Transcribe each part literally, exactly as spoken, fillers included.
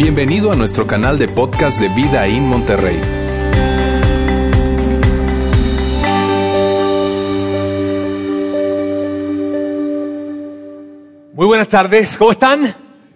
Bienvenido a nuestro canal de podcast de Vida en Monterrey. Muy buenas tardes, ¿cómo están?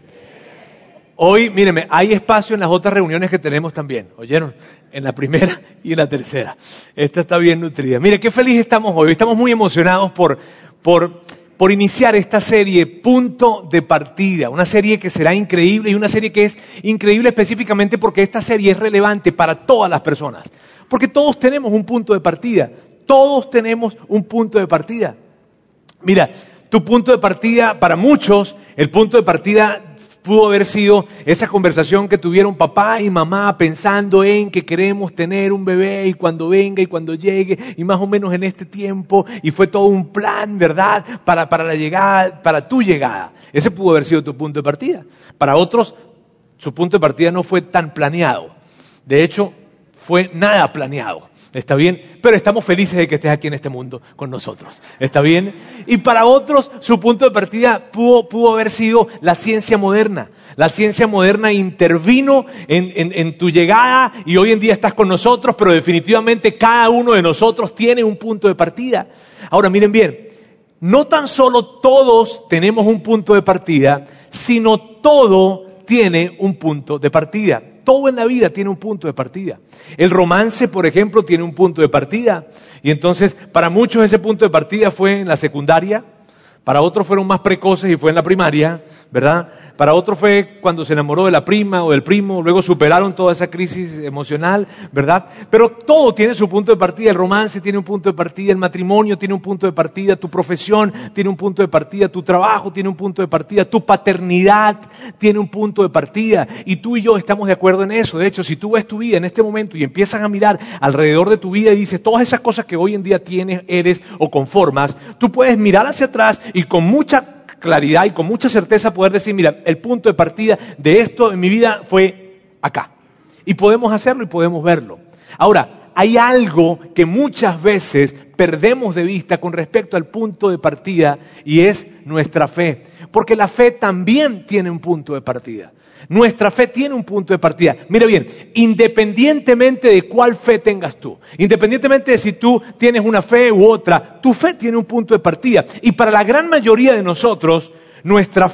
Hoy, mírenme, hay espacio en las otras reuniones que tenemos también, ¿oyeron? En la primera y en la tercera. Esta está bien nutrida. Mire, qué feliz estamos hoy. Estamos muy emocionados por, por, por iniciar esta serie Punto de Partida. Una serie que será increíble y una serie que es increíble específicamente porque esta serie es relevante para todas las personas. Porque todos tenemos un punto de partida. Todos tenemos un punto de partida. Mira, tu punto de partida, para muchos, el punto de partida pudo haber sido esa conversación que tuvieron papá y mamá pensando en que queremos tener un bebé y cuando venga y cuando llegue y más o menos en este tiempo y fue todo un plan, ¿verdad? Para, para la llegada, para tu llegada. Ese pudo haber sido tu punto de partida. Para otros, su punto de partida no fue tan planeado. De hecho, fue nada planeado. ¿Está bien? Pero estamos felices de que estés aquí en este mundo con nosotros. ¿Está bien? Y para otros, su punto de partida pudo, pudo haber sido la ciencia moderna. La ciencia moderna intervino en, en, en tu llegada y hoy en día estás con nosotros, pero definitivamente cada uno de nosotros tiene un punto de partida. Ahora, miren bien, no tan solo todos tenemos un punto de partida, sino todo tiene un punto de partida. Todo en la vida tiene un punto de partida. El romance, por ejemplo, tiene un punto de partida. Y entonces, para muchos ese punto de partida fue en la secundaria. Para otros fueron más precoces y fue en la primaria, ¿verdad? Para otros fue cuando se enamoró de la prima o del primo. Luego superaron toda esa crisis emocional, ¿verdad? Pero todo tiene su punto de partida. El romance tiene un punto de partida. El matrimonio tiene un punto de partida. Tu profesión tiene un punto de partida. Tu trabajo tiene un punto de partida. Tu paternidad tiene un punto de partida. Y tú y yo estamos de acuerdo en eso. De hecho, si tú ves tu vida en este momento y empiezas a mirar alrededor de tu vida y dices todas esas cosas que hoy en día tienes, eres o conformas, tú puedes mirar hacia atrás y con mucha claridad y con mucha certeza poder decir, mira, el punto de partida de esto en mi vida fue acá. Y podemos hacerlo y podemos verlo. Ahora, hay algo que muchas veces perdemos de vista con respecto al punto de partida y es nuestra fe. Porque la fe también tiene un punto de partida. Nuestra fe tiene un punto de partida. Mira bien, independientemente de cuál fe tengas tú, independientemente de si tú tienes una fe u otra, tu fe tiene un punto de partida. Y para la gran mayoría de nosotros, nuestra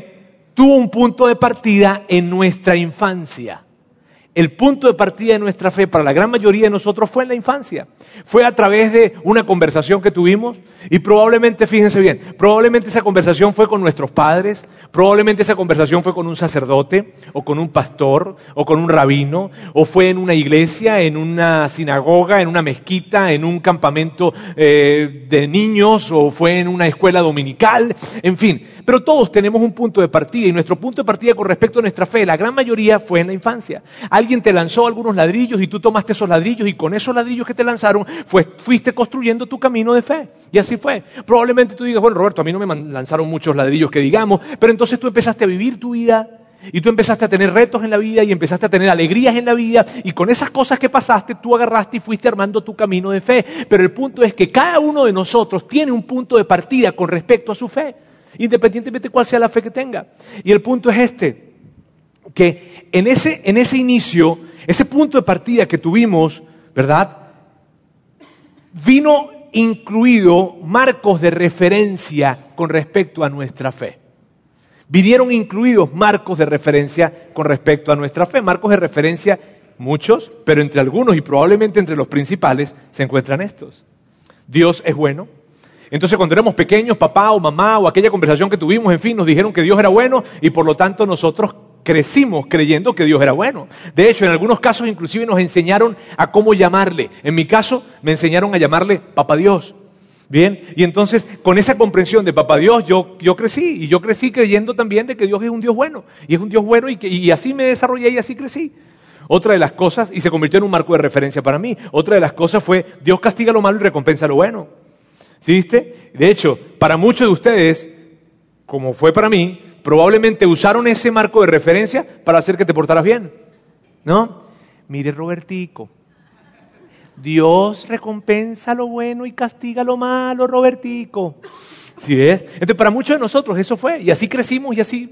fe tuvo un punto de partida en nuestra infancia. El punto de partida de nuestra fe para la gran mayoría de nosotros fue en la infancia. Fue a través de una conversación que tuvimos y probablemente, fíjense bien, probablemente esa conversación fue con nuestros padres, probablemente esa conversación fue con un sacerdote o con un pastor o con un rabino o fue en una iglesia, en una sinagoga, en una mezquita, en un campamento eh, de niños o fue en una escuela dominical, en fin. Pero todos tenemos un punto de partida y nuestro punto de partida con respecto a nuestra fe, la gran mayoría fue en la infancia. Alguien te lanzó algunos ladrillos y tú tomaste esos ladrillos y con esos ladrillos que te lanzaron fue, fuiste construyendo tu camino de fe. Y así fue. Probablemente tú digas, bueno, Roberto, a mí no me lanzaron muchos ladrillos que digamos, pero entonces tú empezaste a vivir tu vida y tú empezaste a tener retos en la vida y empezaste a tener alegrías en la vida y con esas cosas que pasaste tú agarraste y fuiste armando tu camino de fe. Pero el punto es que cada uno de nosotros tiene un punto de partida con respecto a su fe, independientemente de cuál sea la fe que tenga. Y el punto es este, que en ese, en ese inicio, ese punto de partida que tuvimos, ¿verdad? Vino incluido marcos de referencia con respecto a nuestra fe. Vinieron incluidos marcos de referencia con respecto a nuestra fe. Marcos de referencia, muchos, pero entre algunos y probablemente entre los principales se encuentran estos. Dios es bueno. Entonces cuando éramos pequeños, papá o mamá o aquella conversación que tuvimos, en fin, nos dijeron que Dios era bueno y por lo tanto nosotros crecimos creyendo que Dios era bueno. De hecho, en algunos casos inclusive nos enseñaron a cómo llamarle. En mi caso, me enseñaron a llamarle Papá Dios. Bien, y entonces con esa comprensión de Papá Dios yo, yo crecí. Y yo crecí creyendo también de que Dios es un Dios bueno. Y es un Dios bueno y, que, y así me desarrollé y así crecí. Otra de las cosas, y se convirtió en un marco de referencia para mí, otra de las cosas fue Dios castiga lo malo y recompensa lo bueno. ¿Sí viste? De hecho, para muchos de ustedes, como fue para mí, probablemente usaron ese marco de referencia para hacer que te portaras bien, ¿no? Mire, Robertico, Dios recompensa lo bueno y castiga lo malo, Robertico. ¿Sí ves? Entonces, para muchos de nosotros eso fue, y así crecimos y así nos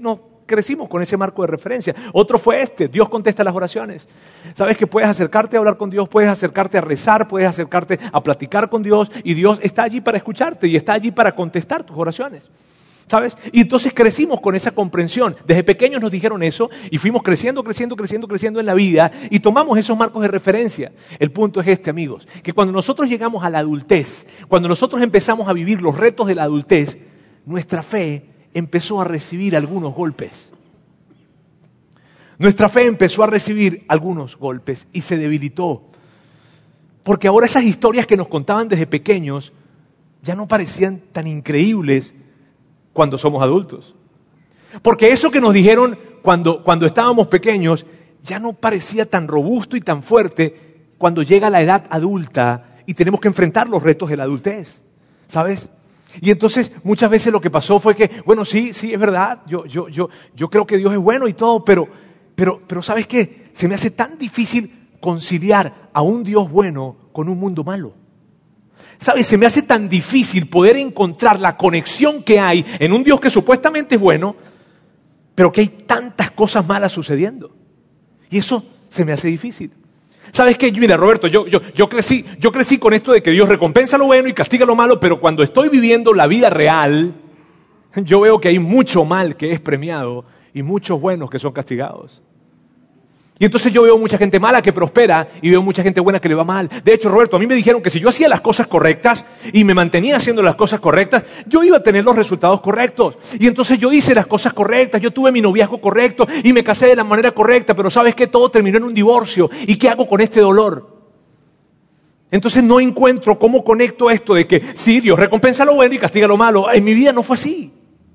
crecimos con ese marco de referencia. Otro fue este, Dios contesta las oraciones. Sabes que puedes acercarte a hablar con Dios, puedes acercarte a rezar, puedes acercarte a platicar con Dios y Dios está allí para escucharte y está allí para contestar tus oraciones. ¿Sabes? Y entonces crecimos con esa comprensión. Desde pequeños nos dijeron eso y fuimos creciendo, creciendo, creciendo, creciendo en la vida y tomamos esos marcos de referencia. El punto es este, amigos, que cuando nosotros llegamos a la adultez, cuando nosotros empezamos a vivir los retos de la adultez, nuestra fe empezó a recibir algunos golpes. Nuestra fe empezó a recibir algunos golpes y se debilitó. Porque ahora esas historias que nos contaban desde pequeños ya no parecían tan increíbles cuando somos adultos. Porque eso que nos dijeron cuando, cuando estábamos pequeños ya no parecía tan robusto y tan fuerte cuando llega la edad adulta y tenemos que enfrentar los retos de la adultez, ¿sabes? Y entonces muchas veces lo que pasó fue que, bueno, sí, sí, es verdad, yo, yo, yo, yo creo que Dios es bueno y todo, pero, pero, pero ¿sabes qué? Se me hace tan difícil conciliar a un Dios bueno con un mundo malo. ¿Sabes? Se me hace tan difícil poder encontrar la conexión que hay en un Dios que supuestamente es bueno, pero que hay tantas cosas malas sucediendo. Y eso se me hace difícil. ¿Sabes qué? Mira, Roberto, yo, yo, yo, crecí, yo crecí con esto de que Dios recompensa lo bueno y castiga lo malo, pero cuando estoy viviendo la vida real, yo veo que hay mucho mal que es premiado y muchos buenos que son castigados. Y entonces yo veo mucha gente mala que prospera y veo mucha gente buena que le va mal. De hecho, Roberto, a mí me dijeron que si yo hacía las cosas correctas y me mantenía haciendo las cosas correctas, yo iba a tener los resultados correctos. Y entonces yo hice las cosas correctas, yo tuve mi noviazgo correcto y me casé de la manera correcta, pero ¿sabes qué? Todo terminó en un divorcio. ¿Y qué hago con este dolor? Entonces no encuentro cómo conecto esto de que sí, Dios recompensa lo bueno y castiga lo malo. En mi vida no fue así.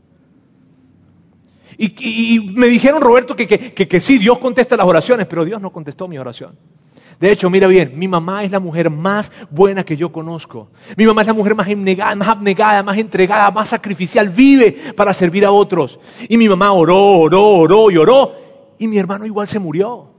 Y, y, y me dijeron, Roberto, que, que, que, que sí, Dios contesta las oraciones, pero Dios no contestó mi oración. De hecho, mira bien, mi mamá es la mujer más buena que yo conozco. Mi mamá es la mujer más abnegada, más abnegada, más entregada, más sacrificial, vive para servir a otros. Y mi mamá oró, oró, oró y oró, y mi hermano igual se murió.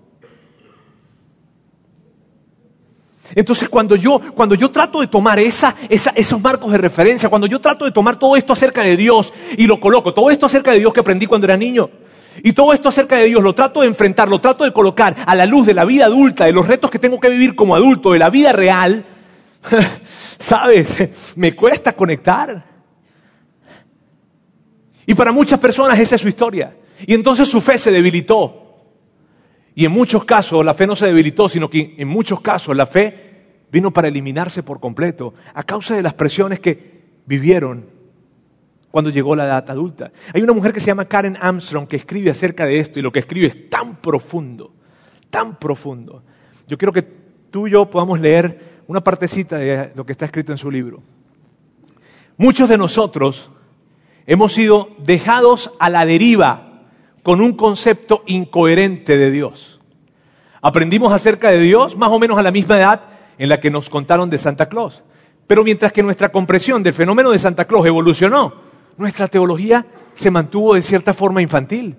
Entonces cuando yo, cuando yo trato de tomar esa, esa, esos marcos de referencia, cuando yo trato de tomar todo esto acerca de Dios y lo coloco, todo esto acerca de Dios que aprendí cuando era niño, y todo esto acerca de Dios lo trato de enfrentar, lo trato de colocar a la luz de la vida adulta, de los retos que tengo que vivir como adulto, de la vida real, ¿sabes? Me cuesta conectar. Y para muchas personas esa es su historia. Y entonces su fe se debilitó. Y en muchos casos la fe no se debilitó, sino que en muchos casos la fe vino para eliminarse por completo a causa de las presiones que vivieron cuando llegó la edad adulta. Hay una mujer que se llama Karen Armstrong que escribe acerca de esto y lo que escribe es tan profundo, tan profundo. Yo quiero que tú y yo podamos leer una partecita de lo que está escrito en su libro. Muchos de nosotros hemos sido dejados a la deriva con un concepto incoherente de Dios. Aprendimos acerca de Dios más o menos a la misma edad en la que nos contaron de Santa Claus. Pero mientras que nuestra comprensión del fenómeno de Santa Claus evolucionó, nuestra teología se mantuvo de cierta forma infantil.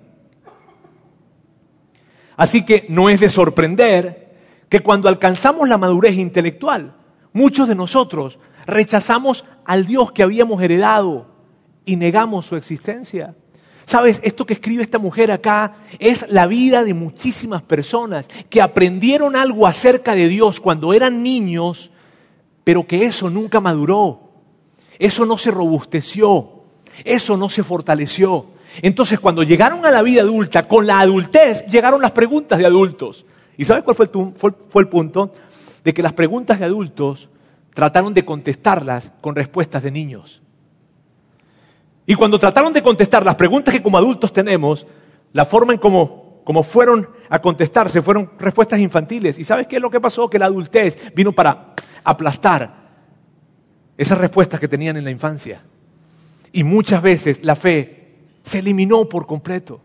Así que no es de sorprender que cuando alcanzamos la madurez intelectual, muchos de nosotros rechazamos al Dios que habíamos heredado y negamos su existencia. ¿Sabes? Esto que escribe esta mujer acá es la vida de muchísimas personas que aprendieron algo acerca de Dios cuando eran niños, pero que eso nunca maduró, eso no se robusteció, eso no se fortaleció. Entonces, cuando llegaron a la vida adulta, con la adultez, llegaron las preguntas de adultos. ¿Y sabes cuál fue el, fue, fue el punto? De que las preguntas de adultos trataron de contestarlas con respuestas de niños. Y cuando trataron de contestar las preguntas que como adultos tenemos, la forma en cómo, cómo fueron a contestarse fueron respuestas infantiles. ¿Y sabes qué es lo que pasó? Que la adultez vino para aplastar esas respuestas que tenían en la infancia. Y muchas veces la fe se eliminó por completo.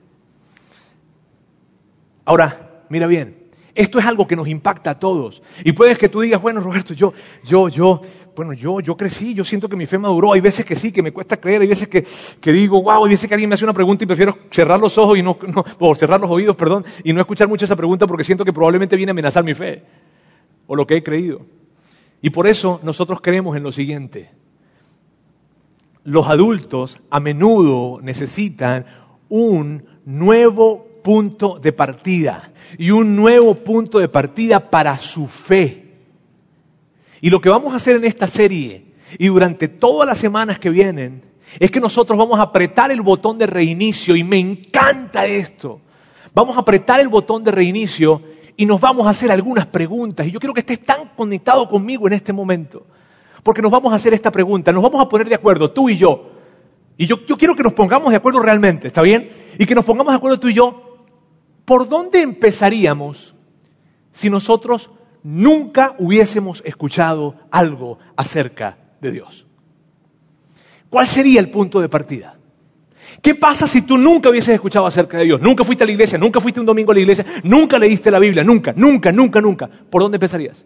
Ahora, mira bien, esto es algo que nos impacta a todos. Y puedes que tú digas, bueno, Roberto, yo, yo, yo, bueno, yo, yo crecí, yo siento que mi fe maduró. Hay veces que sí, que me cuesta creer. Hay veces que, que digo, wow, hay veces que alguien me hace una pregunta y prefiero cerrar los ojos y no, no, o cerrar los oídos, perdón, y no escuchar mucho esa pregunta porque siento que probablemente viene a amenazar mi fe o lo que he creído. Y por eso nosotros creemos en lo siguiente. Los adultos a menudo necesitan un nuevo punto de partida y un nuevo punto de partida para su fe. Y lo que vamos a hacer en esta serie y durante todas las semanas que vienen es que nosotros vamos a apretar el botón de reinicio, y me encanta esto. Vamos a apretar el botón de reinicio y nos vamos a hacer algunas preguntas. Y yo quiero que estés tan conectado conmigo en este momento, porque nos vamos a hacer esta pregunta, nos vamos a poner de acuerdo, tú y yo. Y yo, yo quiero que nos pongamos de acuerdo realmente, ¿está bien? Y que nos pongamos de acuerdo tú y yo. ¿Por dónde empezaríamos si nosotros nunca hubiésemos escuchado algo acerca de Dios? ¿Cuál sería el punto de partida? ¿Qué pasa si tú nunca hubieses escuchado acerca de Dios? Nunca fuiste a la iglesia, nunca fuiste un domingo a la iglesia, nunca leíste la Biblia, nunca, nunca, nunca, nunca. ¿Por dónde empezarías?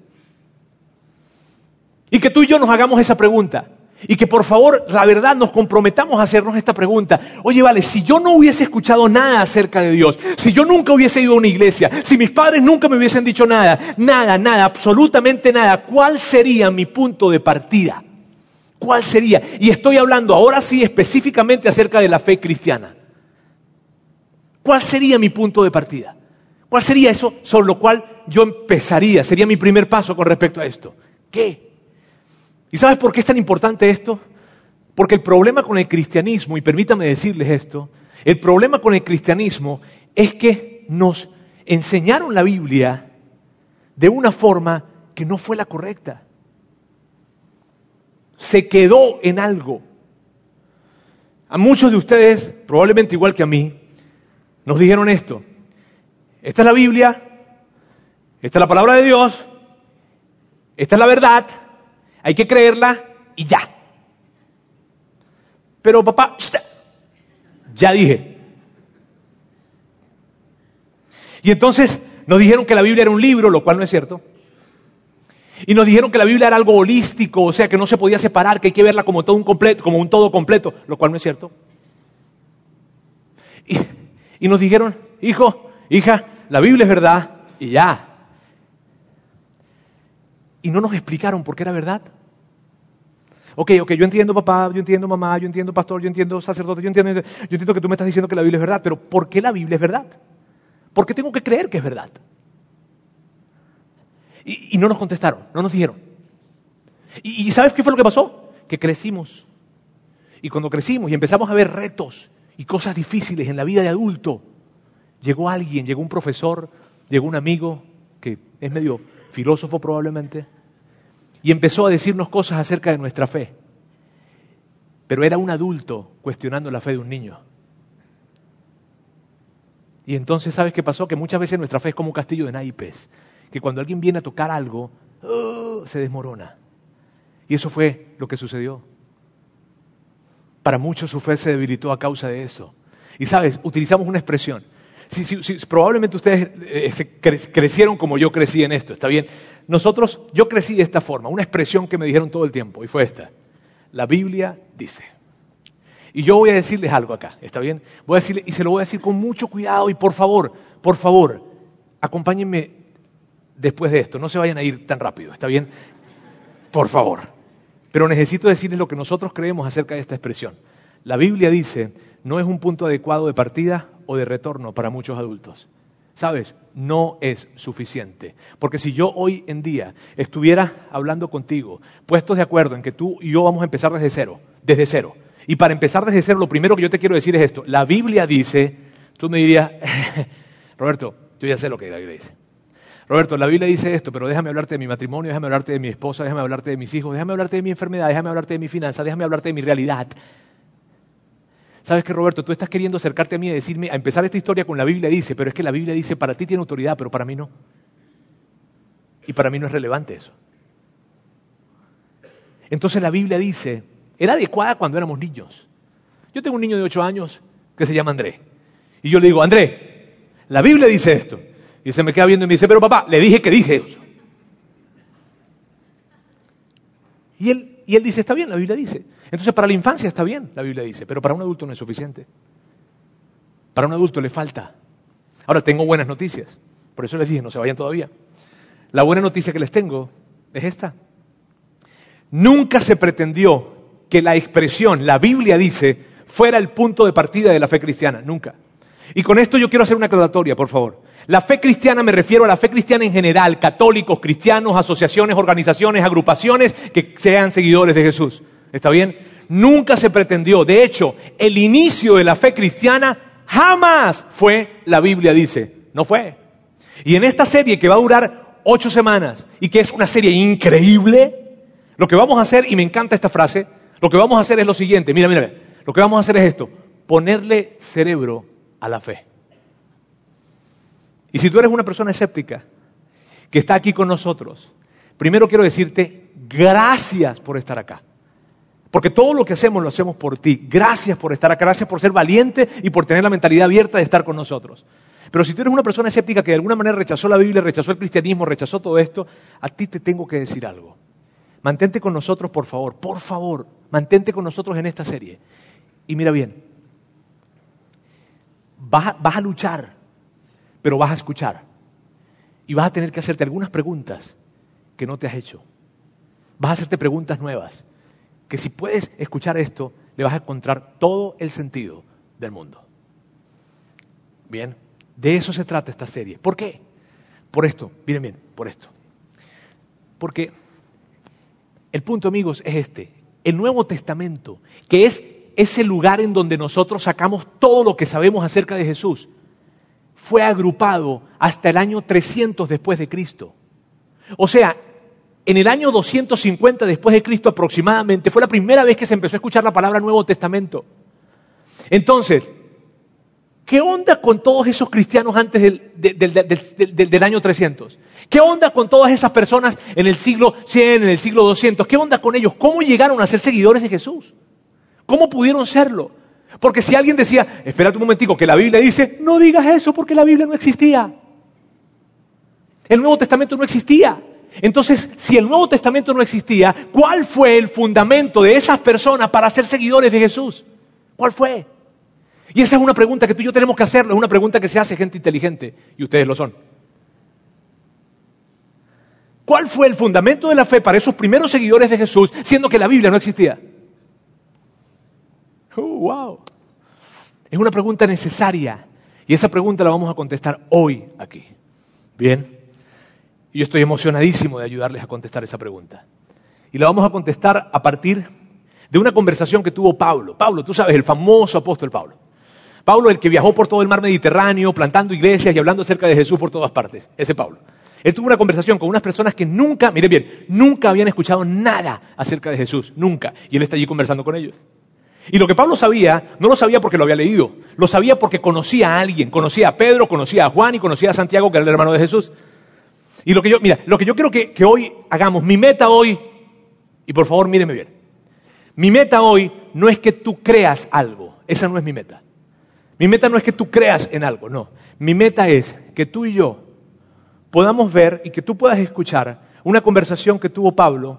Y que tú y yo nos hagamos esa pregunta. Y que por favor, la verdad, nos comprometamos a hacernos esta pregunta. Oye, vale, si yo no hubiese escuchado nada acerca de Dios, si yo nunca hubiese ido a una iglesia, si mis padres nunca me hubiesen dicho nada, nada, nada, absolutamente nada, ¿cuál sería mi punto de partida? ¿Cuál sería? Y estoy hablando ahora sí específicamente acerca de la fe cristiana. ¿Cuál sería mi punto de partida? ¿Cuál sería eso sobre lo cual yo empezaría? Sería mi primer paso con respecto a esto. ¿Qué? ¿Y sabes por qué es tan importante esto? Porque el problema con el cristianismo, y permítame decirles esto, el problema con el cristianismo es que nos enseñaron la Biblia de una forma que no fue la correcta. Se quedó en algo. A muchos de ustedes, probablemente igual que a mí, nos dijeron esto: esta es la Biblia, esta es la palabra de Dios, esta es la verdad, hay que creerla y ya. Pero papá, ya dije. Y entonces nos dijeron que la Biblia era un libro, lo cual no es cierto. Y nos dijeron que la Biblia era algo holístico, o sea, que no se podía separar, que hay que verla como todo un completo, como un todo completo, lo cual no es cierto. Y, y nos dijeron, hijo, hija, la Biblia es verdad y ya. Y no nos explicaron por qué era verdad. Ok, ok, yo entiendo papá, yo entiendo mamá, yo entiendo pastor, yo entiendo sacerdote, yo entiendo, yo entiendo que tú me estás diciendo que la Biblia es verdad, pero ¿por qué la Biblia es verdad? ¿Por qué tengo que creer que es verdad? Y, y no nos contestaron, no nos dijeron. Y, y ¿sabes qué fue lo que pasó? Que crecimos. Y cuando crecimos y empezamos a ver retos y cosas difíciles en la vida de adulto, llegó alguien, llegó un profesor, llegó un amigo que es medio filósofo probablemente, y empezó a decirnos cosas acerca de nuestra fe. Pero era un adulto cuestionando la fe de un niño. Y entonces, ¿sabes qué pasó? Que muchas veces nuestra fe es como un castillo de naipes, que cuando alguien viene a tocar algo, uh, se desmorona. Y eso fue lo que sucedió. Para muchos su fe se debilitó a causa de eso. Y sabes, utilizamos una expresión. Si, si, si, probablemente ustedes eh, se cre- crecieron como yo crecí en esto, ¿está bien? Nosotros, yo crecí de esta forma, una expresión que me dijeron todo el tiempo, y fue esta: la Biblia dice. Y yo voy a decirles algo acá, ¿está bien? Voy a decirles, y se lo voy a decir con mucho cuidado, y por favor, por favor, acompáñenme después de esto, no se vayan a ir tan rápido, ¿está bien? Por favor. Pero necesito decirles lo que nosotros creemos acerca de esta expresión. La Biblia dice, no es un punto adecuado de partida o de retorno para muchos adultos. ¿Sabes? No es suficiente. Porque si yo hoy en día estuviera hablando contigo, puestos de acuerdo en que tú y yo vamos a empezar desde cero, desde cero. Y para empezar desde cero, lo primero que yo te quiero decir es esto. La Biblia dice, tú me dirías, Roberto, yo ya sé lo que la Biblia dice. Roberto, la Biblia dice esto, pero déjame hablarte de mi matrimonio, déjame hablarte de mi esposa, déjame hablarte de mis hijos, déjame hablarte de mi enfermedad, déjame hablarte de mi finanza, déjame hablarte de mi realidad. ¿Sabes qué, Roberto? Tú estás queriendo acercarte a mí y decirme, a empezar esta historia con la Biblia dice, pero es que la Biblia dice, para ti tiene autoridad, pero para mí no. Y para mí no es relevante eso. Entonces la Biblia dice, era adecuada cuando éramos niños. Yo tengo un niño de ocho años que se llama André. Y yo le digo, André, la Biblia dice esto. Y se me queda viendo y me dice, pero papá, le dije que dije eso. Y él, y él dice, está bien, la Biblia dice. Entonces para la infancia está bien, la Biblia dice, pero para un adulto no es suficiente. Para un adulto le falta. Ahora, tengo buenas noticias. Por eso les dije, no se vayan todavía. La buena noticia que les tengo es esta. Nunca se pretendió que la expresión, la Biblia dice, fuera el punto de partida de la fe cristiana. Nunca. Y con esto yo quiero hacer una aclaratoria, por favor. La fe cristiana, me refiero a la fe cristiana en general, católicos, cristianos, asociaciones, organizaciones, agrupaciones que sean seguidores de Jesús. ¿Está bien? Nunca se pretendió. De hecho, el inicio de la fe cristiana jamás fue, la Biblia dice, no fue. Y en esta serie que va a durar ocho semanas y que es una serie increíble, lo que vamos a hacer, y me encanta esta frase, lo que vamos a hacer es lo siguiente, mira, mira, lo que vamos a hacer es esto, ponerle cerebro a la fe. Y si tú eres una persona escéptica que está aquí con nosotros, primero quiero decirte gracias por estar acá. Porque todo lo que hacemos lo hacemos por ti. Gracias por estar acá, gracias por ser valiente y por tener la mentalidad abierta de estar con nosotros. Pero si tú eres una persona escéptica que de alguna manera rechazó la Biblia, rechazó el cristianismo, rechazó todo esto, a ti te tengo que decir algo. Mantente con nosotros, por favor, por favor, mantente con nosotros en esta serie. Y mira bien, vas a, vas a luchar, pero vas a escuchar. Y vas a tener que hacerte algunas preguntas que no te has hecho. Vas a hacerte preguntas nuevas, que si puedes escuchar esto, le vas a encontrar todo el sentido del mundo. Bien, de eso se trata esta serie. ¿Por qué? Por esto, miren bien, por esto. Porque el punto, amigos, es este. El Nuevo Testamento, que es ese lugar en donde nosotros sacamos todo lo que sabemos acerca de Jesús, fue agrupado hasta el año trescientos después de Cristo. O sea, en el año doscientos cincuenta después de Cristo aproximadamente, fue la primera vez que se empezó a escuchar la palabra Nuevo Testamento. Entonces, ¿qué onda con todos esos cristianos antes del, del, del, del, del, del año trescientos? ¿Qué onda con todas esas personas en el siglo cien, en el siglo doscientos? ¿Qué onda con ellos? ¿Cómo llegaron a ser seguidores de Jesús? ¿Cómo pudieron serlo? Porque si alguien decía, espérate un momentico, que la Biblia dice, no digas eso porque la Biblia no existía. El Nuevo Testamento no existía. Entonces, si el Nuevo Testamento no existía, ¿cuál fue el fundamento de esas personas para ser seguidores de Jesús? ¿Cuál fue? Y esa es una pregunta que tú y yo tenemos que hacerlo, es una pregunta que se hace gente inteligente, y ustedes lo son. ¿Cuál fue el fundamento de la fe para esos primeros seguidores de Jesús, siendo que la Biblia no existía? Oh, wow. Es una pregunta necesaria, y esa pregunta la vamos a contestar hoy aquí. Bien. Y yo estoy emocionadísimo de ayudarles a contestar esa pregunta. Y la vamos a contestar a partir de una conversación que tuvo Pablo. Pablo, tú sabes, el famoso apóstol Pablo. Pablo, el que viajó por todo el mar Mediterráneo, plantando iglesias y hablando acerca de Jesús por todas partes. Ese Pablo. Él tuvo una conversación con unas personas que nunca, miren bien, nunca habían escuchado nada acerca de Jesús. Nunca. Y él está allí conversando con ellos. Y lo que Pablo sabía, no lo sabía porque lo había leído. Lo sabía porque conocía a alguien. Conocía a Pedro, conocía a Juan y conocía a Santiago, que era el hermano de Jesús. Y lo que yo, mira, lo que yo quiero que, que hoy hagamos, mi meta hoy, y por favor míreme bien, mi meta hoy no es que tú creas algo, esa no es mi meta. Mi meta no es que tú creas en algo, no. Mi meta es que tú y yo podamos ver y que tú puedas escuchar una conversación que tuvo Pablo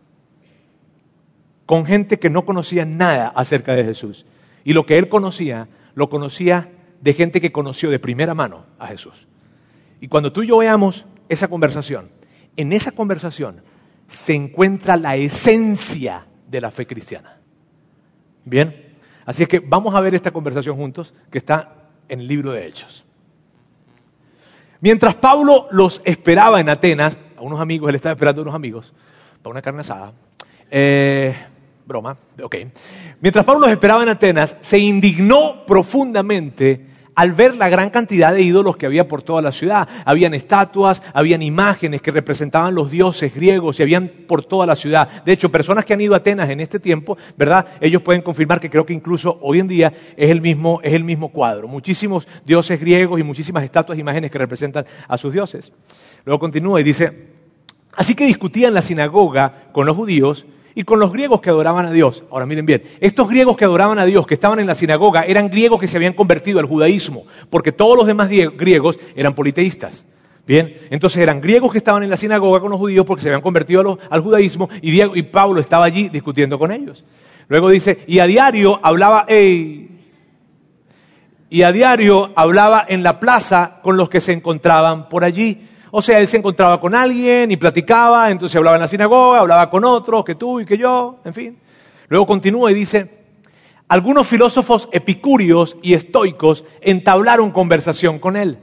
con gente que no conocía nada acerca de Jesús. Y lo que él conocía, lo conocía de gente que conoció de primera mano a Jesús. Y cuando tú y yo veamos esa conversación, en esa conversación se encuentra la esencia de la fe cristiana. Bien, así es que vamos a ver esta conversación juntos que está en el libro de Hechos. Mientras Pablo los esperaba en Atenas, a unos amigos, él estaba esperando a unos amigos para una carne asada, eh, broma, ok. Mientras Pablo los esperaba en Atenas, se indignó profundamente al ver la gran cantidad de ídolos que había por toda la ciudad. Habían estatuas, habían imágenes que representaban los dioses griegos y habían por toda la ciudad. De hecho, personas que han ido a Atenas en este tiempo, ¿verdad? Ellos pueden confirmar que creo que incluso hoy en día es el mismo, es el mismo cuadro. Muchísimos dioses griegos y muchísimas estatuas e imágenes que representan a sus dioses. Luego continúa y dice, así que discutían en la sinagoga con los judíos y con los griegos que adoraban a Dios. Ahora miren bien, estos griegos que adoraban a Dios, que estaban en la sinagoga, eran griegos que se habían convertido al judaísmo, porque todos los demás griegos eran politeístas. Bien, entonces eran griegos que estaban en la sinagoga con los judíos porque se habían convertido a los, al judaísmo y, Diego, y Pablo estaba allí discutiendo con ellos. Luego dice, y a diario hablaba, ey, y a diario hablaba en la plaza con los que se encontraban por allí. O sea, él se encontraba con alguien y platicaba, entonces hablaba en la sinagoga, hablaba con otros, que tú y que yo, en fin. Luego continúa y dice, algunos filósofos epicúreos y estoicos entablaron conversación con él.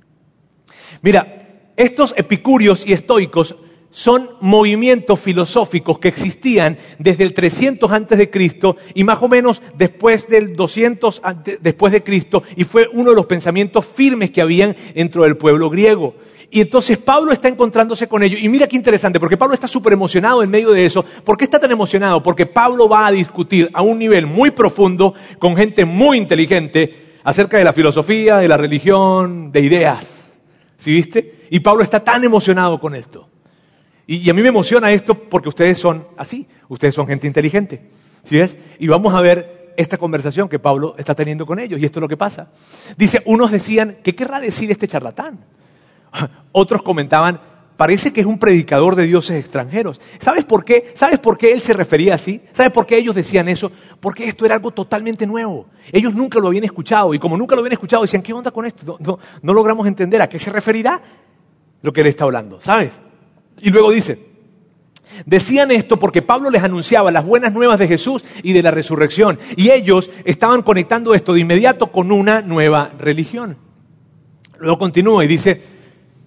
Mira, estos epicúreos y estoicos son movimientos filosóficos que existían desde el trescientos antes de Cristo y más o menos después del doscientos antes, después de Cristo, y fue uno de los pensamientos firmes que habían dentro del pueblo griego. Y entonces Pablo está encontrándose con ellos. Y mira qué interesante, porque Pablo está súper emocionado en medio de eso. ¿Por qué está tan emocionado? Porque Pablo va a discutir a un nivel muy profundo con gente muy inteligente acerca de la filosofía, de la religión, de ideas. ¿Sí viste? Y Pablo está tan emocionado con esto. Y, y a mí me emociona esto porque ustedes son así. Ustedes son gente inteligente. ¿Sí ves? Y vamos a ver esta conversación que Pablo está teniendo con ellos. Y esto es lo que pasa. Dice, unos decían, ¿qué querrá decir este charlatán? Otros comentaban, parece que es un predicador de dioses extranjeros. ¿Sabes por qué? ¿Sabes por qué él se refería así? ¿Sabes por qué ellos decían eso? Porque esto era algo totalmente nuevo. Ellos nunca lo habían escuchado y como nunca lo habían escuchado decían, ¿qué onda con esto? No, no, no logramos entender a qué se referirá lo que él está hablando, ¿sabes? Y luego dice, decían esto porque Pablo les anunciaba las buenas nuevas de Jesús y de la resurrección. Y ellos estaban conectando esto de inmediato con una nueva religión. Luego continúa y dice,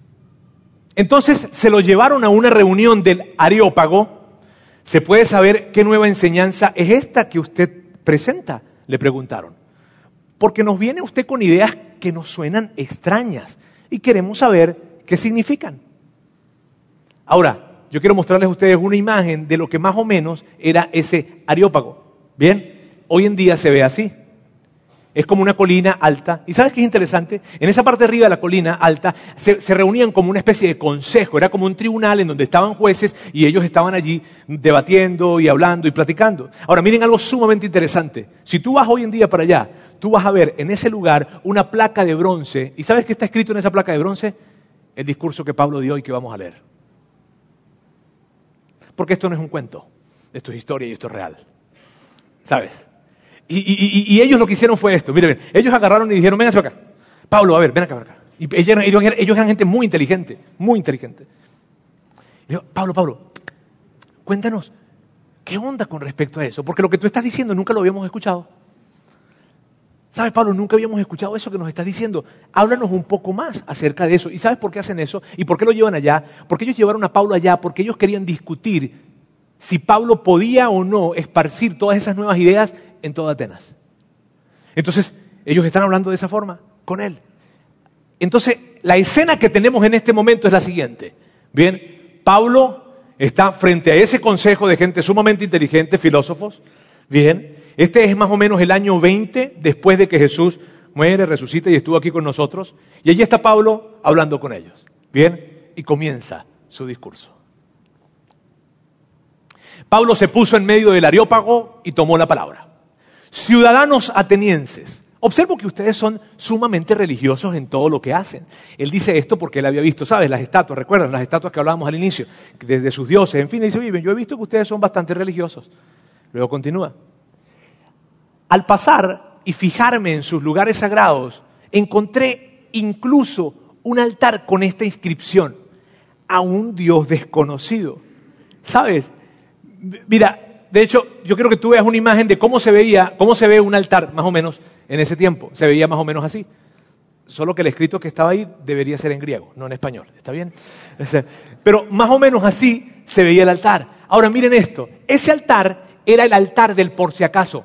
entonces se lo llevaron a una reunión del Areópago. ¿Se puede saber qué nueva enseñanza es esta que usted presenta? Le preguntaron. Porque nos viene usted con ideas que nos suenan extrañas y queremos saber qué significan. Ahora, yo quiero mostrarles a ustedes una imagen de lo que más o menos era ese Areópago. Bien, hoy en día se ve así. Es como una colina alta. ¿Y sabes qué es interesante? En esa parte de arriba de la colina alta se, se reunían como una especie de consejo. Era como un tribunal en donde estaban jueces y ellos estaban allí debatiendo y hablando y platicando. Ahora, miren algo sumamente interesante. Si tú vas hoy en día para allá, tú vas a ver en ese lugar una placa de bronce. ¿Y sabes qué está escrito en esa placa de bronce? El discurso que Pablo dio y que vamos a leer. Porque esto no es un cuento. Esto es historia y esto es real. ¿Sabes? Y, y, y ellos lo que hicieron fue esto. Miren, ellos agarraron y dijeron, vénganse acá. Pablo, a ver, ven acá, ven acá. Y ellos, ellos, ellos eran gente muy inteligente, muy inteligente. Y dijo, Pablo, Pablo, cuéntanos, ¿qué onda con respecto a eso? Porque lo que tú estás diciendo nunca lo habíamos escuchado. ¿Sabes, Pablo? Nunca habíamos escuchado eso que nos estás diciendo. Háblanos un poco más acerca de eso. ¿Y sabes por qué hacen eso? ¿Y por qué lo llevan allá? Porque ellos llevaron a Pablo allá, porque ellos querían discutir si Pablo podía o no esparcir todas esas nuevas ideas en toda Atenas. Entonces, ellos están hablando de esa forma con él. Entonces, la escena que tenemos en este momento es la siguiente. Bien, Pablo está frente a ese consejo de gente sumamente inteligente, filósofos. Bien, este es más o menos el año veinte después de que Jesús muere, resucita y estuvo aquí con nosotros. Y allí está Pablo hablando con ellos. Bien, y comienza su discurso. Pablo se puso en medio del Areópago y tomó la palabra. Ciudadanos atenienses, observo que ustedes son sumamente religiosos en todo lo que hacen. Él dice esto porque él había visto, ¿sabes? Las estatuas, ¿recuerdan? Las estatuas que hablábamos al inicio, desde sus dioses, en fin, dice, oye, yo he visto que ustedes son bastante religiosos. Luego continúa. Al pasar y fijarme en sus lugares sagrados, encontré incluso un altar con esta inscripción, a un Dios desconocido. ¿Sabes? Mira, de hecho, yo quiero que tú veas una imagen de cómo se veía, cómo se ve un altar, más o menos, en ese tiempo. Se veía más o menos así. Solo que el escrito que estaba ahí debería ser en griego, no en español. ¿Está bien? Pero más o menos así se veía el altar. Ahora miren esto. Ese altar era el altar del por si acaso.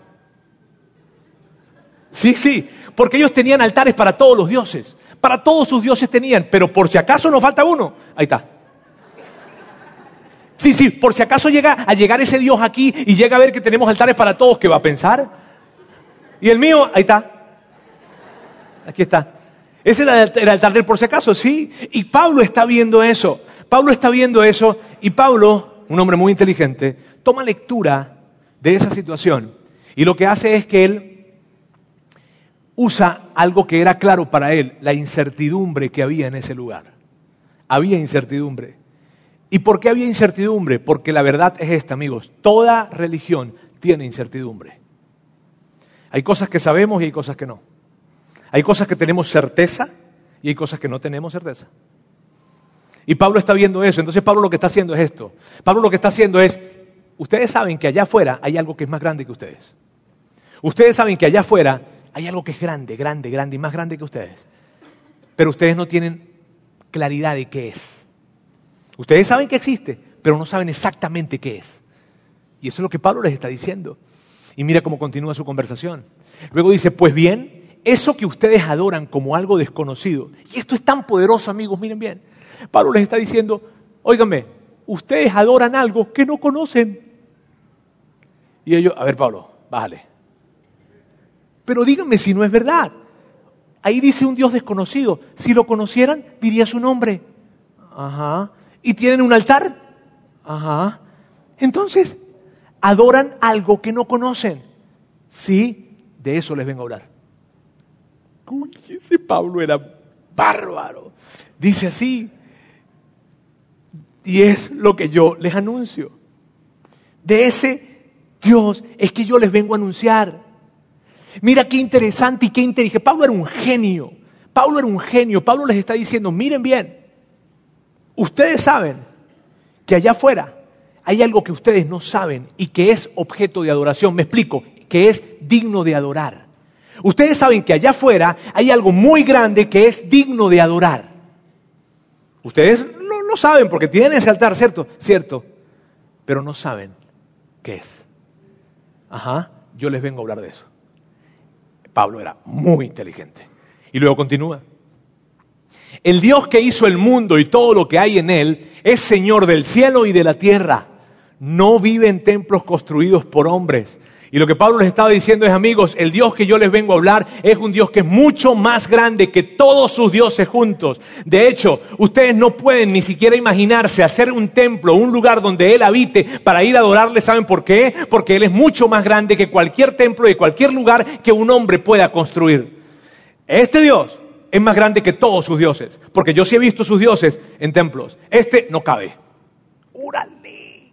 Sí, sí. Porque ellos tenían altares para todos los dioses. Para todos sus dioses tenían. Pero por si acaso nos falta uno. Ahí está. Sí, sí, por si acaso llega a llegar ese Dios aquí y llega a ver que tenemos altares para todos, ¿qué va a pensar? Y el mío, ahí está. Aquí está. Ese era el altar del por si acaso, sí. Y Pablo está viendo eso. Pablo está viendo eso y Pablo, un hombre muy inteligente, toma lectura de esa situación. Y lo que hace es que él usa algo que era claro para él, la incertidumbre que había en ese lugar. Había incertidumbre. ¿Y por qué había incertidumbre? Porque la verdad es esta, amigos. Toda religión tiene incertidumbre. Hay cosas que sabemos y hay cosas que no. Hay cosas que tenemos certeza y hay cosas que no tenemos certeza. Y Pablo está viendo eso. Entonces Pablo lo que está haciendo es esto. Pablo lo que está haciendo es, ustedes saben que allá afuera hay algo que es más grande que ustedes. Ustedes saben que allá afuera hay algo que es grande, grande, grande y más grande que ustedes. Pero ustedes no tienen claridad de qué es. Ustedes saben que existe, pero no saben exactamente qué es. Y eso es lo que Pablo les está diciendo. Y mira cómo continúa su conversación. Luego dice, pues bien, eso que ustedes adoran como algo desconocido. Y esto es tan poderoso, amigos, miren bien. Pablo les está diciendo, óiganme, ustedes adoran algo que no conocen. Y ellos, a ver Pablo, bájale. Pero díganme si no es verdad. Ahí dice un Dios desconocido. Si lo conocieran, diría su nombre. Ajá. ¿Y tienen un altar? Ajá. Entonces, adoran algo que no conocen. Sí, de eso les vengo a hablar. Uy, ese Pablo era bárbaro. Dice así. Y es lo que yo les anuncio. De ese Dios es que yo les vengo a anunciar. Mira qué interesante y qué inteligente. Pablo era un genio. Pablo era un genio. Pablo les está diciendo, miren bien. Ustedes saben que allá afuera hay algo que ustedes no saben y que es objeto de adoración. Me explico, que es digno de adorar. Ustedes saben que allá afuera hay algo muy grande que es digno de adorar. Ustedes lo, lo saben porque tienen ese altar, ¿cierto? Cierto. Pero no saben qué es. Ajá, yo les vengo a hablar de eso. Pablo era muy inteligente. Y luego continúa. El Dios que hizo el mundo y todo lo que hay en él es Señor del cielo y de la tierra. No vive en templos construidos por hombres. Y lo que Pablo les estaba diciendo es, amigos, el Dios que yo les vengo a hablar es un Dios que es mucho más grande que todos sus dioses juntos. De hecho, ustedes no pueden ni siquiera imaginarse hacer un templo, un lugar donde Él habite para ir a adorarle. ¿Saben por qué? Porque Él es mucho más grande que cualquier templo y cualquier lugar que un hombre pueda construir. Este Dios es más grande que todos sus dioses, porque yo sí he visto sus dioses en templos. Este no cabe. ¡Úrale!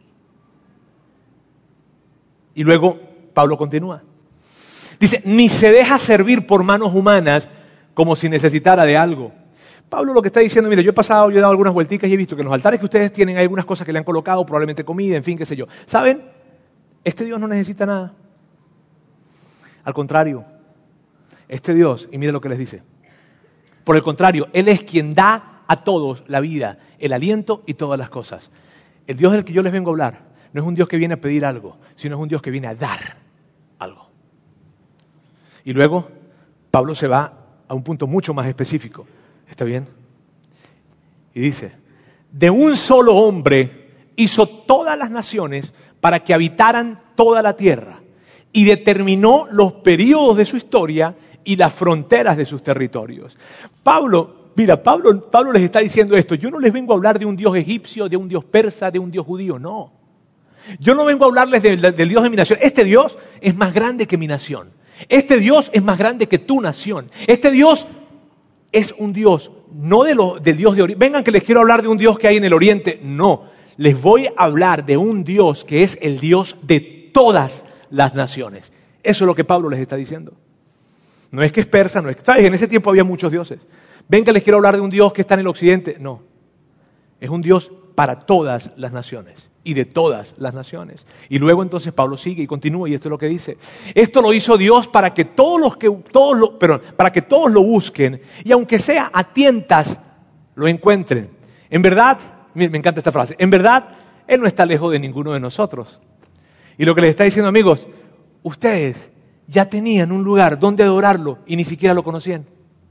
Y luego Pablo continúa. Dice, ni se deja servir por manos humanas como si necesitara de algo. Pablo lo que está diciendo, mire, yo he pasado, yo he dado algunas vuelticas y he visto que en los altares que ustedes tienen hay algunas cosas que le han colocado, probablemente comida, en fin, qué sé yo. ¿Saben? Este Dios no necesita nada. Al contrario, este Dios, y mire lo que les dice. Por el contrario, Él es quien da a todos la vida, el aliento y todas las cosas. El Dios del que yo les vengo a hablar no es un Dios que viene a pedir algo, sino es un Dios que viene a dar algo. Y luego Pablo se va a un punto mucho más específico. ¿Está bien? Y dice, de un solo hombre hizo todas las naciones para que habitaran toda la tierra y determinó los períodos de su historia y las fronteras de sus territorios. Pablo, mira, Pablo, Pablo les está diciendo esto. Yo no les vengo a hablar de un Dios egipcio, de un Dios persa, de un Dios judío, no. Yo no vengo a hablarles de, de, del Dios de mi nación. Este Dios es más grande que mi nación. Este Dios es más grande que tu nación. Este Dios es un Dios, no de lo, del Dios de Oriente. Vengan que les quiero hablar de un Dios que hay en el Oriente. No, les voy a hablar de un Dios que es el Dios de todas las naciones. Eso es lo que Pablo les está diciendo. No es que es persa, no es que... ¿Sabes? En ese tiempo había muchos dioses. Ven que les quiero hablar de un Dios que está en el Occidente. No, es un Dios para todas las naciones. Y de todas las naciones. Y luego entonces Pablo sigue y continúa y esto es lo que dice. Esto lo hizo Dios para que todos los que todos lo, perdón, para que todos lo busquen y aunque sea a tientas lo encuentren. En verdad, me encanta esta frase. En verdad, Él no está lejos de ninguno de nosotros. Y lo que les está diciendo, amigos, ustedes ya tenían un lugar donde adorarlo y ni siquiera lo conocían.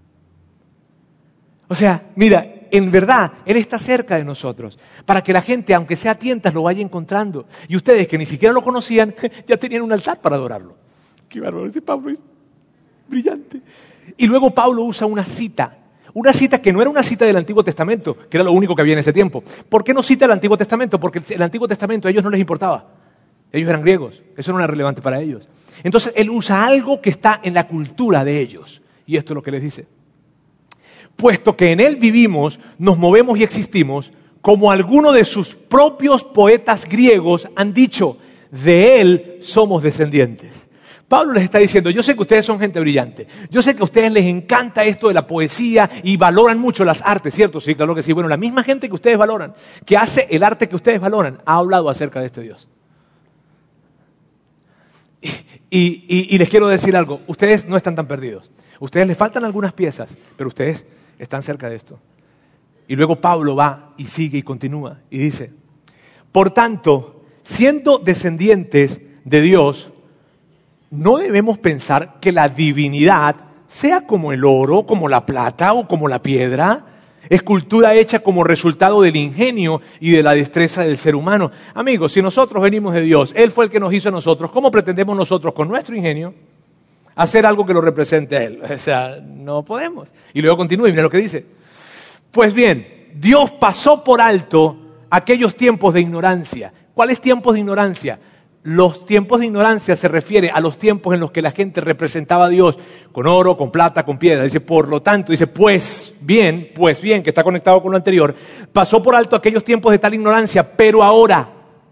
O sea, mira, en verdad, Él está cerca de nosotros, para que la gente, aunque sea a tientas, lo vaya encontrando. Y ustedes, que ni siquiera lo conocían, ya tenían un altar para adorarlo. Qué bárbaro, ese Pablo es brillante. Y luego Pablo usa una cita, una cita que no era una cita del Antiguo Testamento, que era lo único que había en ese tiempo. ¿Por qué no cita el Antiguo Testamento? Porque el Antiguo Testamento a ellos no les importaba. Ellos eran griegos, eso no era relevante para ellos. Entonces, Él usa algo que está en la cultura de ellos. Y esto es lo que les dice. Puesto que en Él vivimos, nos movemos y existimos, como algunos de sus propios poetas griegos han dicho, de Él somos descendientes. Pablo les está diciendo, yo sé que ustedes son gente brillante, yo sé que a ustedes les encanta esto de la poesía y valoran mucho las artes, ¿cierto? Sí, claro que sí. Bueno, la misma gente que ustedes valoran, que hace el arte que ustedes valoran, ha hablado acerca de este Dios. Y, y, y les quiero decir algo, ustedes no están tan perdidos. Ustedes les faltan algunas piezas, pero ustedes están cerca de esto. Y luego Pablo va y sigue y continúa y dice, por tanto, siendo descendientes de Dios, no debemos pensar que la divinidad sea como el oro, como la plata o como la piedra, escultura hecha como resultado del ingenio y de la destreza del ser humano. Amigos, si nosotros venimos de Dios, Él fue el que nos hizo a nosotros, ¿cómo pretendemos nosotros con nuestro ingenio hacer algo que lo represente a Él? O sea, no podemos. Y luego continúa y mira lo que dice. Pues bien, Dios pasó por alto aquellos tiempos de ignorancia. ¿Cuáles tiempos de ignorancia? Los tiempos de ignorancia se refiere a los tiempos en los que la gente representaba a Dios con oro, con plata, con piedra. Dice, por lo tanto, dice, pues bien, pues bien, que está conectado con lo anterior, pasó por alto aquellos tiempos de tal ignorancia, pero ahora.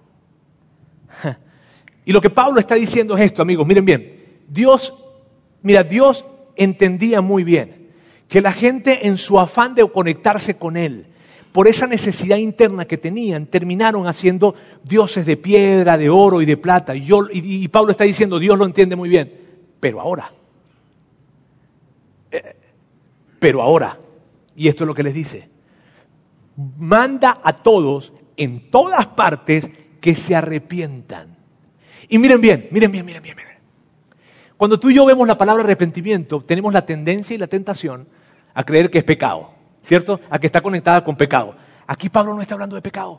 Y lo que Pablo está diciendo es esto, amigos, miren bien. Dios, mira, Dios entendía muy bien que la gente en su afán de conectarse con Él, por esa necesidad interna que tenían, terminaron haciendo dioses de piedra, de oro y de plata. Y, yo, y, y Pablo está diciendo, Dios lo entiende muy bien, pero ahora, eh, pero ahora, y esto es lo que les dice, manda a todos en todas partes que se arrepientan. Y miren bien, miren bien, miren bien, miren. Cuando tú y yo vemos la palabra arrepentimiento, tenemos la tendencia y la tentación a creer que es pecado. ¿Cierto? A que está conectada con pecado. Aquí Pablo no está hablando de pecado.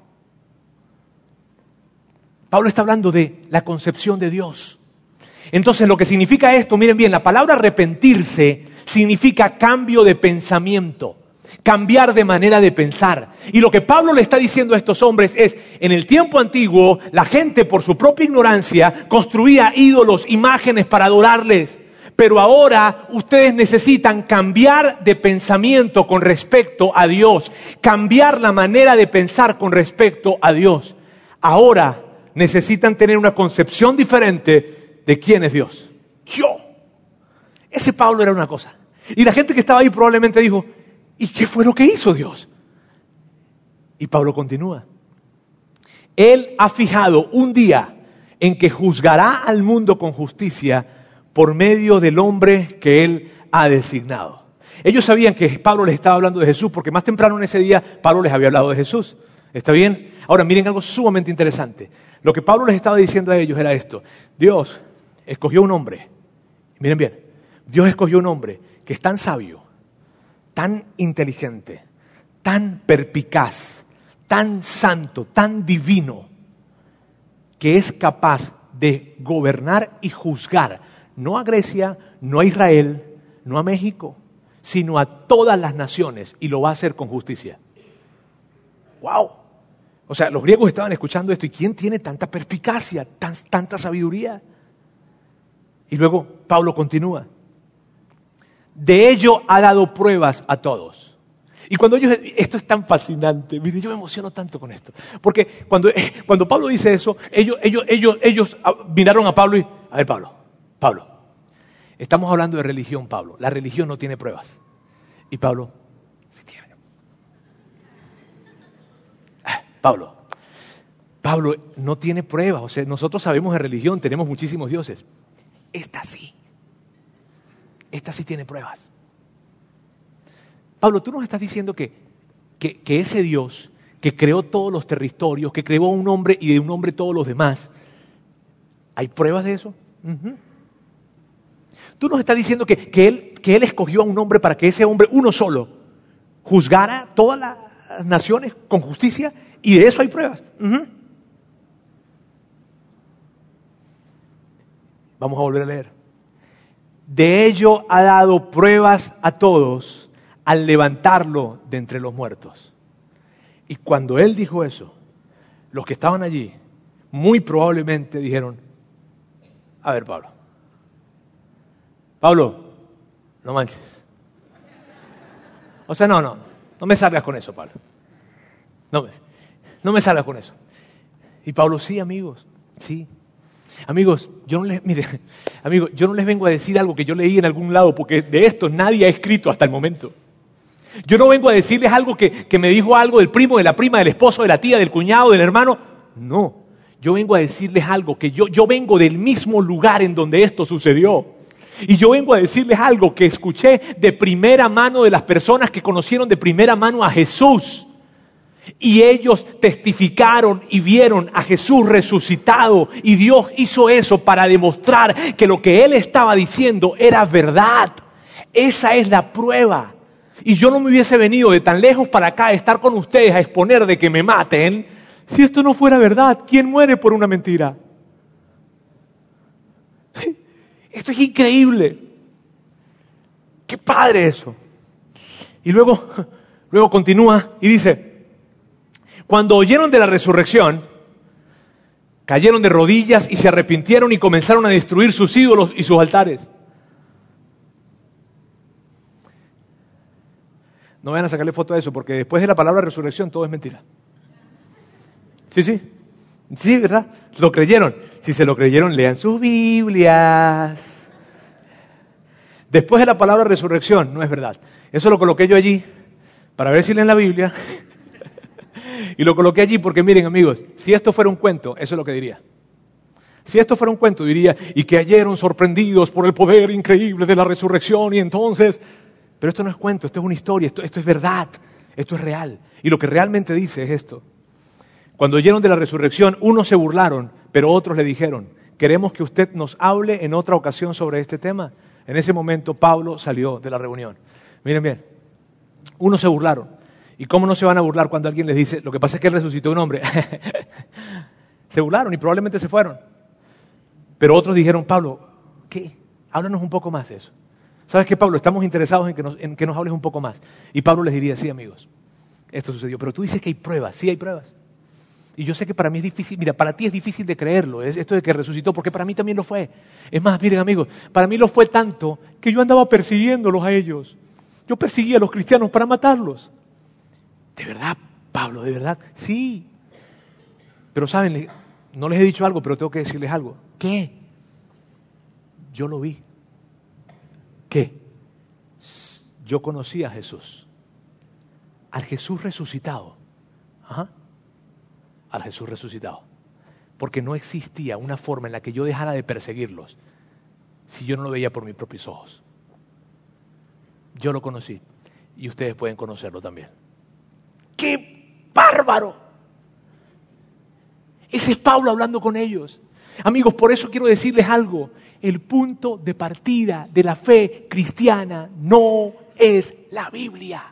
Pablo está hablando de la concepción de Dios. Entonces, lo que significa esto, miren bien, la palabra arrepentirse significa cambio de pensamiento, cambiar de manera de pensar. Y lo que Pablo le está diciendo a estos hombres es, en el tiempo antiguo, la gente por su propia ignorancia construía ídolos, imágenes para adorarles. Pero ahora ustedes necesitan cambiar de pensamiento con respecto a Dios, cambiar la manera de pensar con respecto a Dios. Ahora necesitan tener una concepción diferente de quién es Dios. Yo. Ese Pablo era una cosa. Y la gente que estaba ahí probablemente dijo, ¿y qué fue lo que hizo Dios? Y Pablo continúa. Él ha fijado un día en que juzgará al mundo con justicia por medio del hombre que Él ha designado. Ellos sabían que Pablo les estaba hablando de Jesús, porque más temprano en ese día Pablo les había hablado de Jesús. ¿Está bien? Ahora miren algo sumamente interesante. Lo que Pablo les estaba diciendo a ellos era esto. Dios escogió un hombre, miren bien, Dios escogió un hombre que es tan sabio, tan inteligente, tan perspicaz, tan santo, tan divino, que es capaz de gobernar y juzgar no a Grecia, no a Israel, no a México, sino a todas las naciones, y lo va a hacer con justicia. ¡Wow! O sea, los griegos estaban escuchando esto, ¿y quién tiene tanta perspicacia, tan, tanta sabiduría? Y luego Pablo continúa. De ello ha dado pruebas a todos. Y cuando ellos, esto es tan fascinante, mire, yo me emociono tanto con esto, porque cuando, cuando Pablo dice eso, ellos, ellos, ellos, ellos miraron a Pablo y, a ver Pablo, Pablo, estamos hablando de religión, Pablo. La religión no tiene pruebas. Y Pablo, sí tiene. Ah, Pablo, Pablo no tiene pruebas. O sea, nosotros sabemos de religión, tenemos muchísimos dioses. Esta sí. Esta sí tiene pruebas. Pablo, tú nos estás diciendo que, que, que ese Dios que creó todos los territorios, que creó a un hombre y de un hombre todos los demás, ¿hay pruebas de eso? Uh-huh. Tú nos estás diciendo que, que, él, que Él escogió a un hombre para que ese hombre, uno solo, juzgara todas las naciones con justicia, y de eso hay pruebas. Uh-huh. Vamos a volver a leer. De ello ha dado pruebas a todos al levantarlo de entre los muertos. Y cuando Él dijo eso, los que estaban allí, muy probablemente dijeron, a ver, Pablo, Pablo, no manches. O sea, no, no, no me salgas con eso, Pablo. No me, no me salgas con eso. Y Pablo, sí, amigos, sí. Amigos, yo no les, mire, amigos, yo no les vengo a decir algo que yo leí en algún lado, porque de esto nadie ha escrito hasta el momento. Yo no vengo a decirles algo que, que me dijo algo del primo, de la prima, del esposo, de la tía, del cuñado, del hermano. No, Yo vengo a decirles algo, que yo, yo vengo del mismo lugar en donde esto sucedió. Y yo vengo a decirles algo que escuché de primera mano de las personas que conocieron de primera mano a Jesús. Y ellos testificaron y vieron a Jesús resucitado. Y Dios hizo eso para demostrar que lo que Él estaba diciendo era verdad. Esa es la prueba. Y yo no me hubiese venido de tan lejos para acá a estar con ustedes a exponer de que me maten. Si esto no fuera verdad, ¿quién muere por una mentira? Esto es increíble. Qué padre eso. Y luego, luego continúa y dice, cuando oyeron de la resurrección, cayeron de rodillas y se arrepintieron y comenzaron a destruir sus ídolos y sus altares. No vayan a sacarle foto a eso, porque después de la palabra resurrección todo es mentira. Sí, sí. Sí, ¿verdad? Lo creyeron. Si se lo creyeron, lean sus Biblias. Después de la palabra resurrección, no es verdad. Eso lo coloqué yo allí para ver si leen la Biblia. Y lo coloqué allí porque, miren, amigos, si esto fuera un cuento, eso es lo que diría. Si esto fuera un cuento, diría, y que cayeron sorprendidos por el poder increíble de la resurrección, y entonces... Pero esto no es cuento, esto es una historia, esto, esto es verdad, esto es real. Y lo que realmente dice es esto. Cuando oyeron de la resurrección, unos se burlaron, pero otros le dijeron, queremos que usted nos hable en otra ocasión sobre este tema. En ese momento Pablo salió de la reunión. Miren bien, unos se burlaron. ¿Y cómo no se van a burlar cuando alguien les dice, lo que pasa es que él resucitó un hombre? Se burlaron y probablemente se fueron. Pero otros dijeron, Pablo, ¿qué? Háblanos un poco más de eso. ¿Sabes qué, Pablo? Estamos interesados en que, nos, en que nos hables un poco más. Y Pablo les diría, sí, amigos, esto sucedió. Pero tú dices que hay pruebas. Sí, hay pruebas. Y yo sé que para mí es difícil, mira, para ti es difícil de creerlo, es esto de que resucitó, porque para mí también lo fue. Es más, miren, amigos, para mí lo fue tanto que yo andaba persiguiéndolos a ellos. Yo perseguía a los cristianos para matarlos. ¿De verdad, Pablo? ¿De verdad? Sí. Pero saben, no les he dicho algo, pero tengo que decirles algo. ¿Qué? Yo lo vi. ¿Qué? Yo conocí a Jesús. Al Jesús resucitado. Ajá. Al Jesús resucitado. Porque no existía una forma en la que yo dejara de perseguirlos si yo no lo veía por mis propios ojos. Yo lo conocí y ustedes pueden conocerlo también. ¡Qué bárbaro! Ese es Pablo hablando con ellos. Amigos, por eso quiero decirles algo. El punto de partida de la fe cristiana no es la Biblia.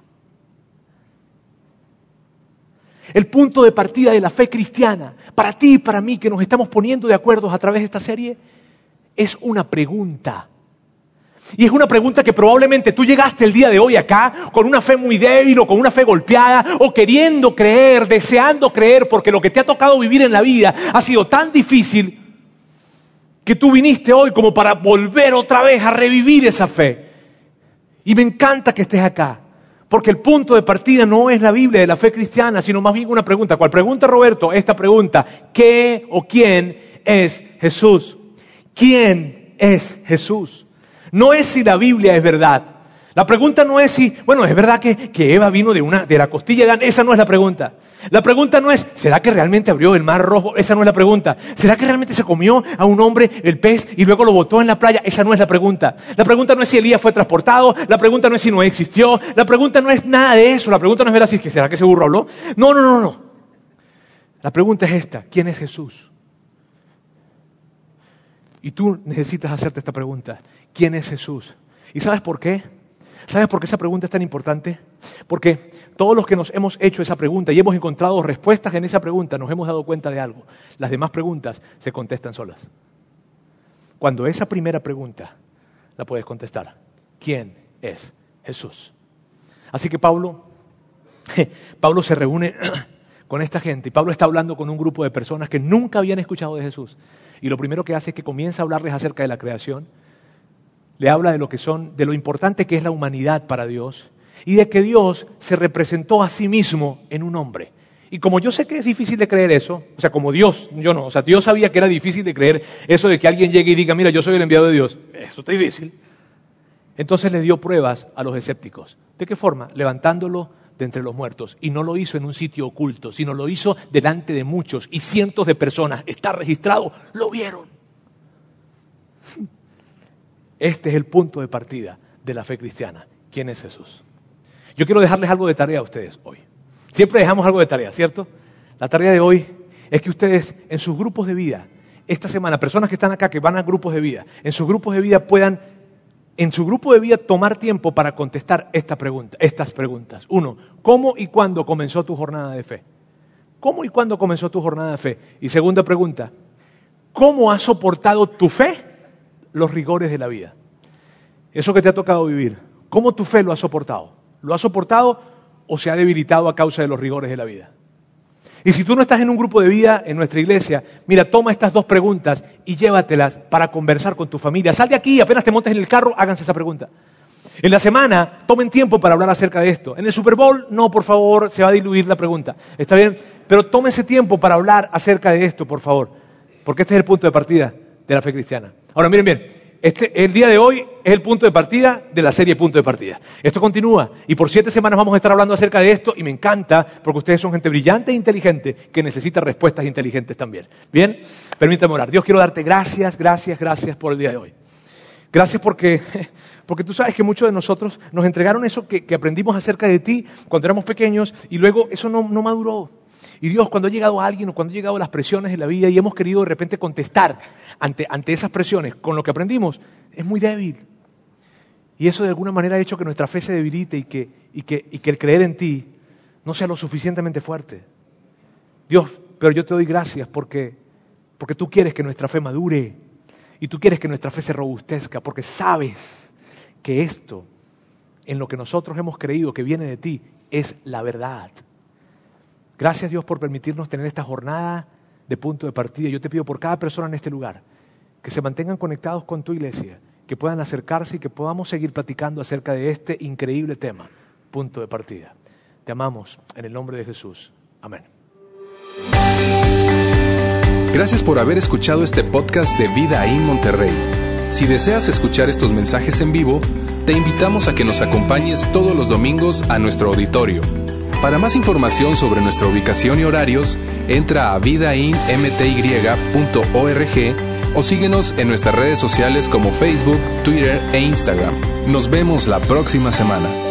El punto de partida de la fe cristiana, para ti y para mí, que nos estamos poniendo de acuerdo a través de esta serie, es una pregunta. Y es una pregunta que probablemente tú llegaste el día de hoy acá con una fe muy débil o con una fe golpeada o queriendo creer, deseando creer, porque lo que te ha tocado vivir en la vida ha sido tan difícil que tú viniste hoy como para volver otra vez a revivir esa fe. Y me encanta que estés acá, porque el punto de partida no es la Biblia de la fe cristiana, sino más bien una pregunta. ¿Cuál pregunta, Roberto? Esta pregunta, ¿qué o quién es Jesús? ¿Quién es Jesús? No es si la Biblia es verdad. La pregunta no es si, bueno, es verdad que, que Eva vino de, una, de la costilla de Adán. Esa no es la pregunta. La pregunta no es, ¿será que realmente abrió el mar rojo? Esa no es la pregunta. ¿Será que realmente se comió a un hombre el pez y luego lo botó en la playa? Esa no es la pregunta. La pregunta no es si Elías fue transportado. La pregunta no es si Noé existió. La pregunta no es nada de eso. La pregunta no es ver así, ¿será que ese burro habló? No, no, no, no. La pregunta es esta, ¿quién es Jesús? Y tú necesitas hacerte esta pregunta, ¿quién es Jesús? ¿Y sabes por qué? ¿Sabes por qué esa pregunta es tan importante? Porque todos los que nos hemos hecho esa pregunta y hemos encontrado respuestas en esa pregunta, nos hemos dado cuenta de algo. Las demás preguntas se contestan solas. Cuando esa primera pregunta la puedes contestar, ¿quién es Jesús? Así que Pablo, Pablo se reúne con esta gente y Pablo está hablando con un grupo de personas que nunca habían escuchado de Jesús. Y lo primero que hace es que comienza a hablarles acerca de la creación. Le habla de lo que son, de lo importante que es la humanidad para Dios y de que Dios se representó a sí mismo en un hombre. Y como yo sé que es difícil de creer eso, o sea, como Dios, yo no, o sea, Dios sabía que era difícil de creer eso de que alguien llegue y diga, mira, yo soy el enviado de Dios. Eso está difícil. Entonces le dio pruebas a los escépticos. ¿De qué forma? Levantándolo de entre los muertos. Y no lo hizo en un sitio oculto, sino lo hizo delante de muchos y cientos de personas. Está registrado, lo vieron. Este es el punto de partida de la fe cristiana. ¿Quién es Jesús? Yo quiero dejarles algo de tarea a ustedes hoy. Siempre dejamos algo de tarea, ¿cierto? La tarea de hoy es que ustedes en sus grupos de vida, esta semana, personas que están acá, que van a grupos de vida, en sus grupos de vida puedan, en su grupo de vida tomar tiempo para contestar esta pregunta, estas preguntas. Uno, ¿cómo y cuándo comenzó tu jornada de fe? ¿Cómo y cuándo comenzó tu jornada de fe? Y segunda pregunta, ¿cómo ha soportado tu fe los rigores de la vida? Eso que te ha tocado vivir, ¿cómo tu fe lo ha soportado? ¿Lo ha soportado o se ha debilitado a causa de los rigores de la vida? Y si tú no estás en un grupo de vida en nuestra iglesia, mira, toma estas dos preguntas y llévatelas para conversar con tu familia. Sal de aquí, apenas te montes en el carro, háganse esa pregunta. En la semana, tomen tiempo para hablar acerca de esto. En el Super Bowl, no, por favor, se va a diluir la pregunta. ¿Está bien? Pero tómense tiempo para hablar acerca de esto, por favor. Porque este es el punto de partida de la fe cristiana. Ahora, miren bien. Este, el día de hoy es el punto de partida de la serie Punto de Partida. Esto continúa y por siete semanas vamos a estar hablando acerca de esto y me encanta porque ustedes son gente brillante e inteligente que necesita respuestas inteligentes también. Bien, permítame orar. Dios, quiero darte gracias, gracias, gracias por el día de hoy. Gracias porque, porque tú sabes que muchos de nosotros nos entregaron eso que, que aprendimos acerca de ti cuando éramos pequeños y luego eso no, no maduró. Y Dios, cuando ha llegado alguien o cuando han llegado las presiones en la vida y hemos querido de repente contestar ante, ante esas presiones con lo que aprendimos, es muy débil. Y eso de alguna manera ha hecho que nuestra fe se debilite y que, y que, y que el creer en ti no sea lo suficientemente fuerte. Dios, pero yo te doy gracias porque, porque tú quieres que nuestra fe madure y tú quieres que nuestra fe se robustezca porque sabes que esto en lo que nosotros hemos creído que viene de ti es la verdad. Gracias, Dios, por permitirnos tener esta jornada de punto de partida. Yo te pido por cada persona en este lugar que se mantengan conectados con tu iglesia, que puedan acercarse y que podamos seguir platicando acerca de este increíble tema, punto de partida. Te amamos en el nombre de Jesús. Amén. Gracias por haber escuchado este podcast de Vida en Monterrey. Si deseas escuchar estos mensajes en vivo, te invitamos a que nos acompañes todos los domingos a nuestro auditorio. Para más información sobre nuestra ubicación y horarios, entra a vida in m t y punto org o síguenos en nuestras redes sociales como Facebook, Twitter e Instagram. Nos vemos la próxima semana.